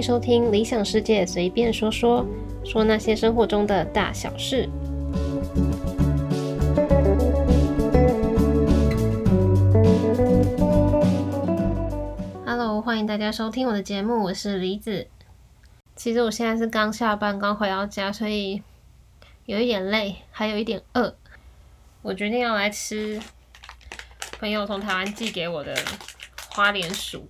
收听理想世界随便说说，说那些生活中的大小事。Hello， 欢迎大家收听我的节目，我是梨子。其实我现在是刚下班，刚回到家，所以有一点累，还有一点饿。我决定要来吃朋友从台湾寄给我的花莲薯。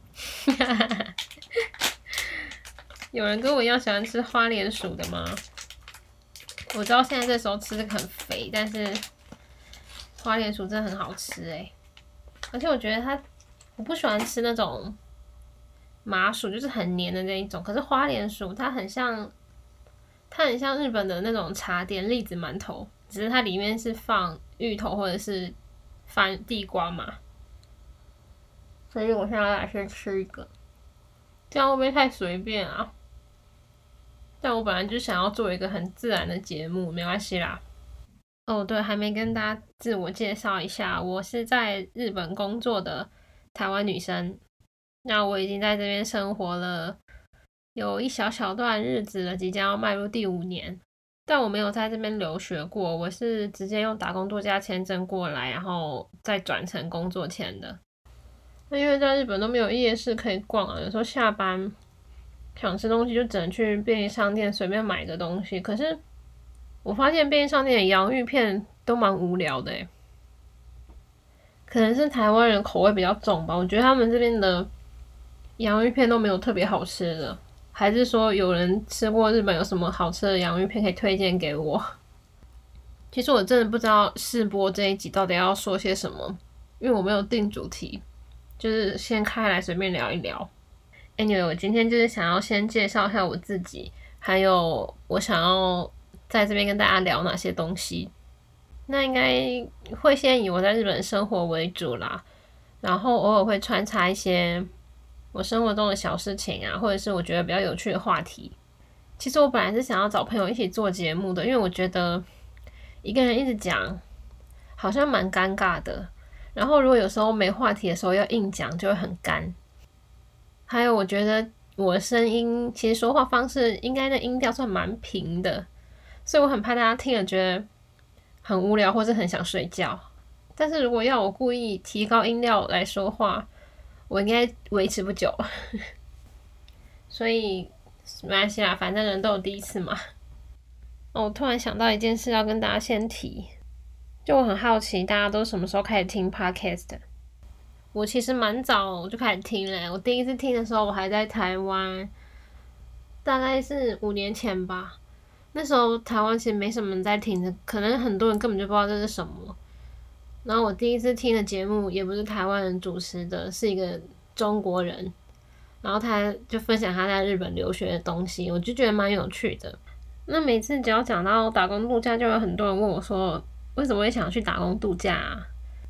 有人跟我一样喜欢吃花莲薯的吗？我知道现在这时候吃这个很肥，但是花莲薯真的很好吃欸。而且我觉得我不喜欢吃那种麻薯，就是很黏的那一种。可是花莲薯它很像日本的那种茶点栗子馒头，只是它里面是放芋头或者是翻地瓜嘛。所以我现在要来先吃一个，这样会不会太随便啊？但我本来就想要做一个很自然的节目，没关系啦。哦，对，还没跟大家自我介绍一下，我是在日本工作的台湾女生。那我已经在这边生活了有一小段日子了，即将要迈入第5年。但我没有在这边留学过，我是直接用打工度假签证过来，然后再转成工作签的。那因为在日本都没有夜市可以逛啊，有时候下班想吃东西就只能去便利商店随便买个东西。可是我发现便利商店的洋芋片都蛮无聊的欸，可能是台湾人口味比较重吧。我觉得他们这边的洋芋片都没有特别好吃的，还是说有人吃过日本有什么好吃的洋芋片可以推荐给我？其实我真的不知道试播这一集到底要说些什么，因为我没有定主题，就是先开来随便聊一聊。Anyway， 我今天就是想要先介绍一下我自己，还有我想要在这边跟大家聊哪些东西。那应该会先以我在日本生活为主啦，然后偶尔会穿插一些我生活中的小事情啊，或者是我觉得比较有趣的话题。其实我本来是想要找朋友一起做节目的，因为我觉得一个人一直讲好像蛮尴尬的，然后如果有时候没话题的时候要硬讲就会很干。还有我觉得我的声音其实说话方式应该的音调算蛮平的，所以我很怕大家听了觉得很无聊或是很想睡觉。但是如果要我故意提高音量来说话，我应该维持不久。所以没关系啦，反正人都有第一次嘛。我突然想到一件事要跟大家先提，就我很好奇大家都什么时候开始听 podcast 的。我其实蛮早就开始听了，我第一次听的时候我还在台湾，大概是5年前吧。那时候台湾其实没什么人在听的，可能很多人根本就不知道这是什么。然后我第一次听的节目也不是台湾人主持的，是一个中国人，然后他就分享他在日本留学的东西，我就觉得蛮有趣的。那每次只要讲到打工度假，就有很多人问我说为什么会想去打工度假啊？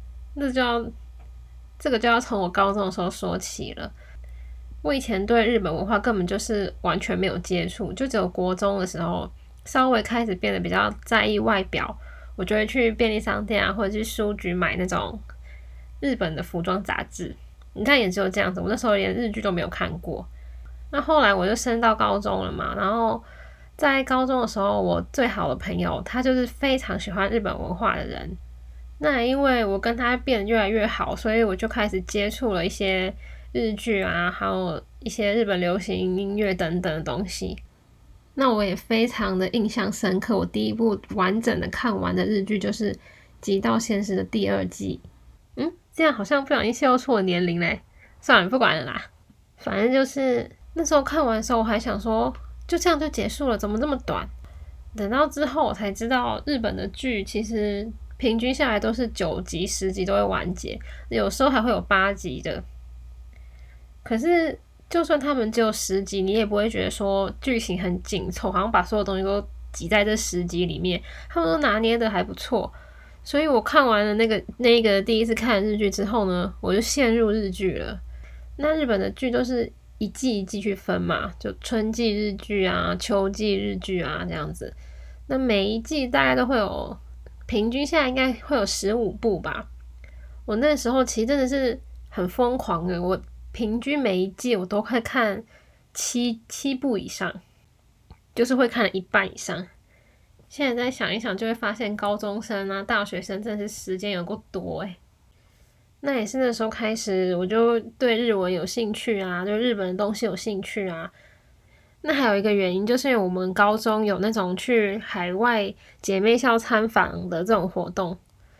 这个就要从我高中的时候说起了。我以前对日本文化根本就是完全没有接触，就只有国中的时候稍微开始变得比较在意外表，我就会去便利商店啊，或者去书局买那种日本的服装杂志。你看也只有这样子，我那时候连日剧都没有看过。那后来我就升到高中了嘛，然后在高中的时候，我最好的朋友他就是非常喜欢日本文化的人。那因为我跟他变得越来越好，所以我就开始接触了一些日剧啊，还有一些日本流行音乐等等的东西。那我也非常的印象深刻，我第一部完整的看完的日剧就是《极道鲜师》的第2季。这样好像不小心泄露出我年龄嘞，算了，不管了啦。反正就是那时候看完的时候，我还想说，就这样就结束了，怎么这么短？等到之后我才知道，日本的剧其实平均下来都是9集、10集都会完结，有时候还会有8集的。可是就算他们只有10集，你也不会觉得说剧情很紧凑，好像把所有东西都挤在这10集里面，他们都拿捏的还不错。所以我看完了那个第一次看日剧之后呢，我就陷入日剧了。那日本的剧都是一季一季去分嘛，就春季日剧啊、秋季日剧啊这样子。那每一季大概都会有，平均下来应该会有15部吧。我那时候其实真的是很疯狂的，我平均每一季我都会看 7部以上，就是会看了一半以上。现在再想一想，就会发现高中生啊、大学生真的是时间有够多欸。那也是那时候开始，我就对日文有兴趣啊，对日本的东西有兴趣啊。那还有一个原因，就是因为我们高中有那种去海外姐妹校参访的这种活动，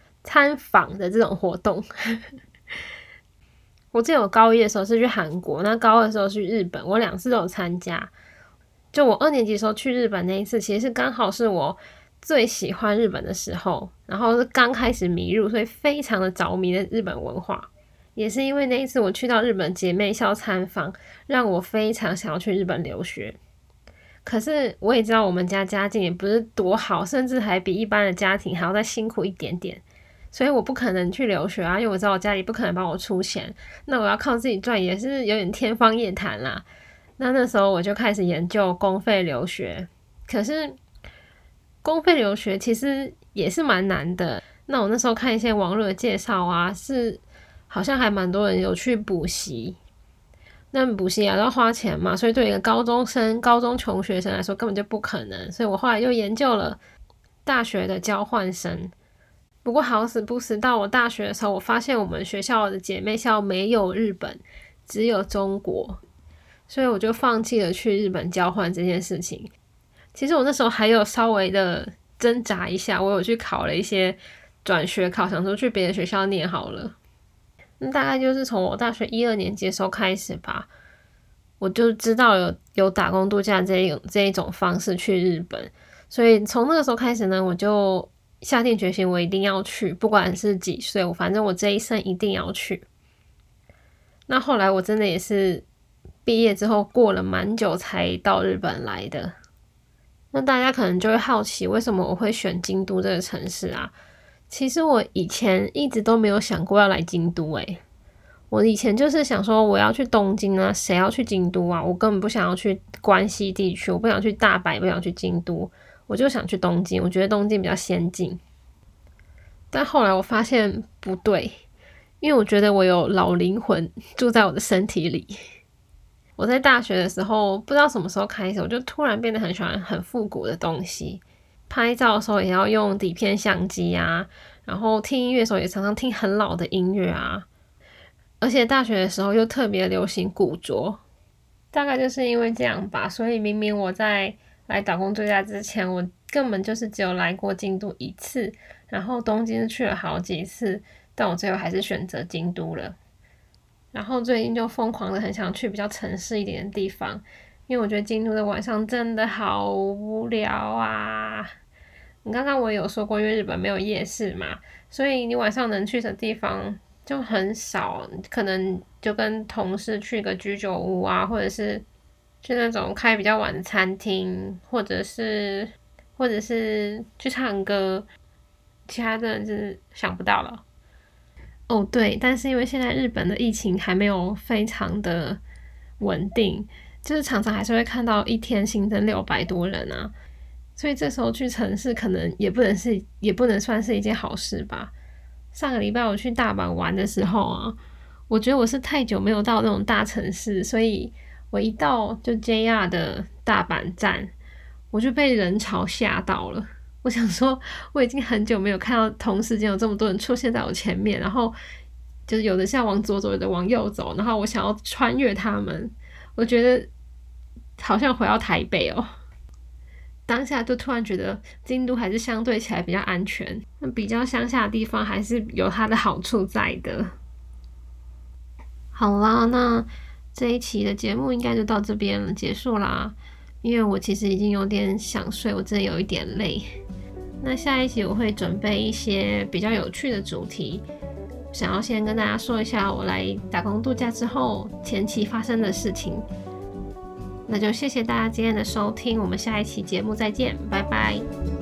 我记得我高1的时候是去韩国，那高2的时候去日本，我2次都有参加。就我2年级的时候去日本那一次，其实是刚好是我最喜欢日本的时候，然后是刚开始迷入，所以非常的着迷的日本文化。也是因为那一次我去到日本姐妹校参访，让我非常想要去日本留学。可是我也知道我们家家境也不是多好，甚至还比一般的家庭还要再辛苦一点点，所以我不可能去留学啊，因为我知道我家里不可能帮我出钱，那我要靠自己赚也是有点天方夜谭啦。那时候我就开始研究公费留学，可是公费留学其实也是蛮难的。那我那时候看一些网络的介绍啊，是好像还蛮多人有去补习，那补习也要花钱嘛，所以对一个高中穷学生来说根本就不可能。所以我后来又研究了大学的交换生。不过好死不死，到我大学的时候，我发现我们学校的姐妹校没有日本，只有中国，所以我就放弃了去日本交换这件事情。其实我那时候还有稍微的挣扎一下，我有去考了一些转学考，想说去别的学校念好了。大概就是从我大学1、2年级的时候开始吧，我就知道有打工度假这一种方式去日本，所以从那个时候开始呢，我就下定决心我一定要去，不管是几岁，反正我这一生一定要去。那后来我真的也是毕业之后过了蛮久才到日本来的。那大家可能就会好奇，为什么我会选京都这个城市啊？其实我以前一直都没有想过要来京都欸。我以前就是想说我要去东京啊，谁要去京都啊？我根本不想要去关西地区，我不想去大阪，也不想去京都，我就想去东京，我觉得东京比较先进。但后来我发现不对，因为我觉得我有老灵魂住在我的身体里。我在大学的时候，不知道什么时候开始，我就突然变得很喜欢很复古的东西。拍照的时候也要用底片相机啊，然后听音乐的时候也常常听很老的音乐啊。而且大学的时候又特别流行古着，大概就是因为这样吧，所以明明我在来打工度假之前，我根本就是只有来过京都1次，然后东京去了好几次，但我最后还是选择京都了。然后最近就疯狂的很想去比较城市一点的地方，因为我觉得京都的晚上真的好无聊啊。刚刚我也有说过，因为日本没有夜市嘛，所以你晚上能去的地方就很少，可能就跟同事去个居酒屋啊，或者是去那种开比较晚的餐厅，或者是去唱歌，其他真的是想不到了。哦，对，但是因为现在日本的疫情还没有非常的稳定，就是常常还是会看到一天新增600多人啊，所以这时候去城市可能也不能算是一件好事吧。上个礼拜我去大阪玩的时候啊，我觉得我是太久没有到那种大城市，所以我一到就 JR 的大阪站，我就被人潮吓到了。我想说我已经很久没有看到同时间有这么多人出现在我前面，然后就是有的是要往左走，有的往右走，然后我想要穿越他们，我觉得好像回到台北哦。当下就突然觉得京都还是相对起来比较安全，那比较乡下的地方还是有它的好处在的。好啦，那这一期的节目应该就到这边了，结束啦。因为我其实已经有点想睡，我真的有一点累。那下一期我会准备一些比较有趣的主题，想要先跟大家说一下我来打工度假之后前期发生的事情。那就谢谢大家今天的收听，我们下一期节目再见，拜拜。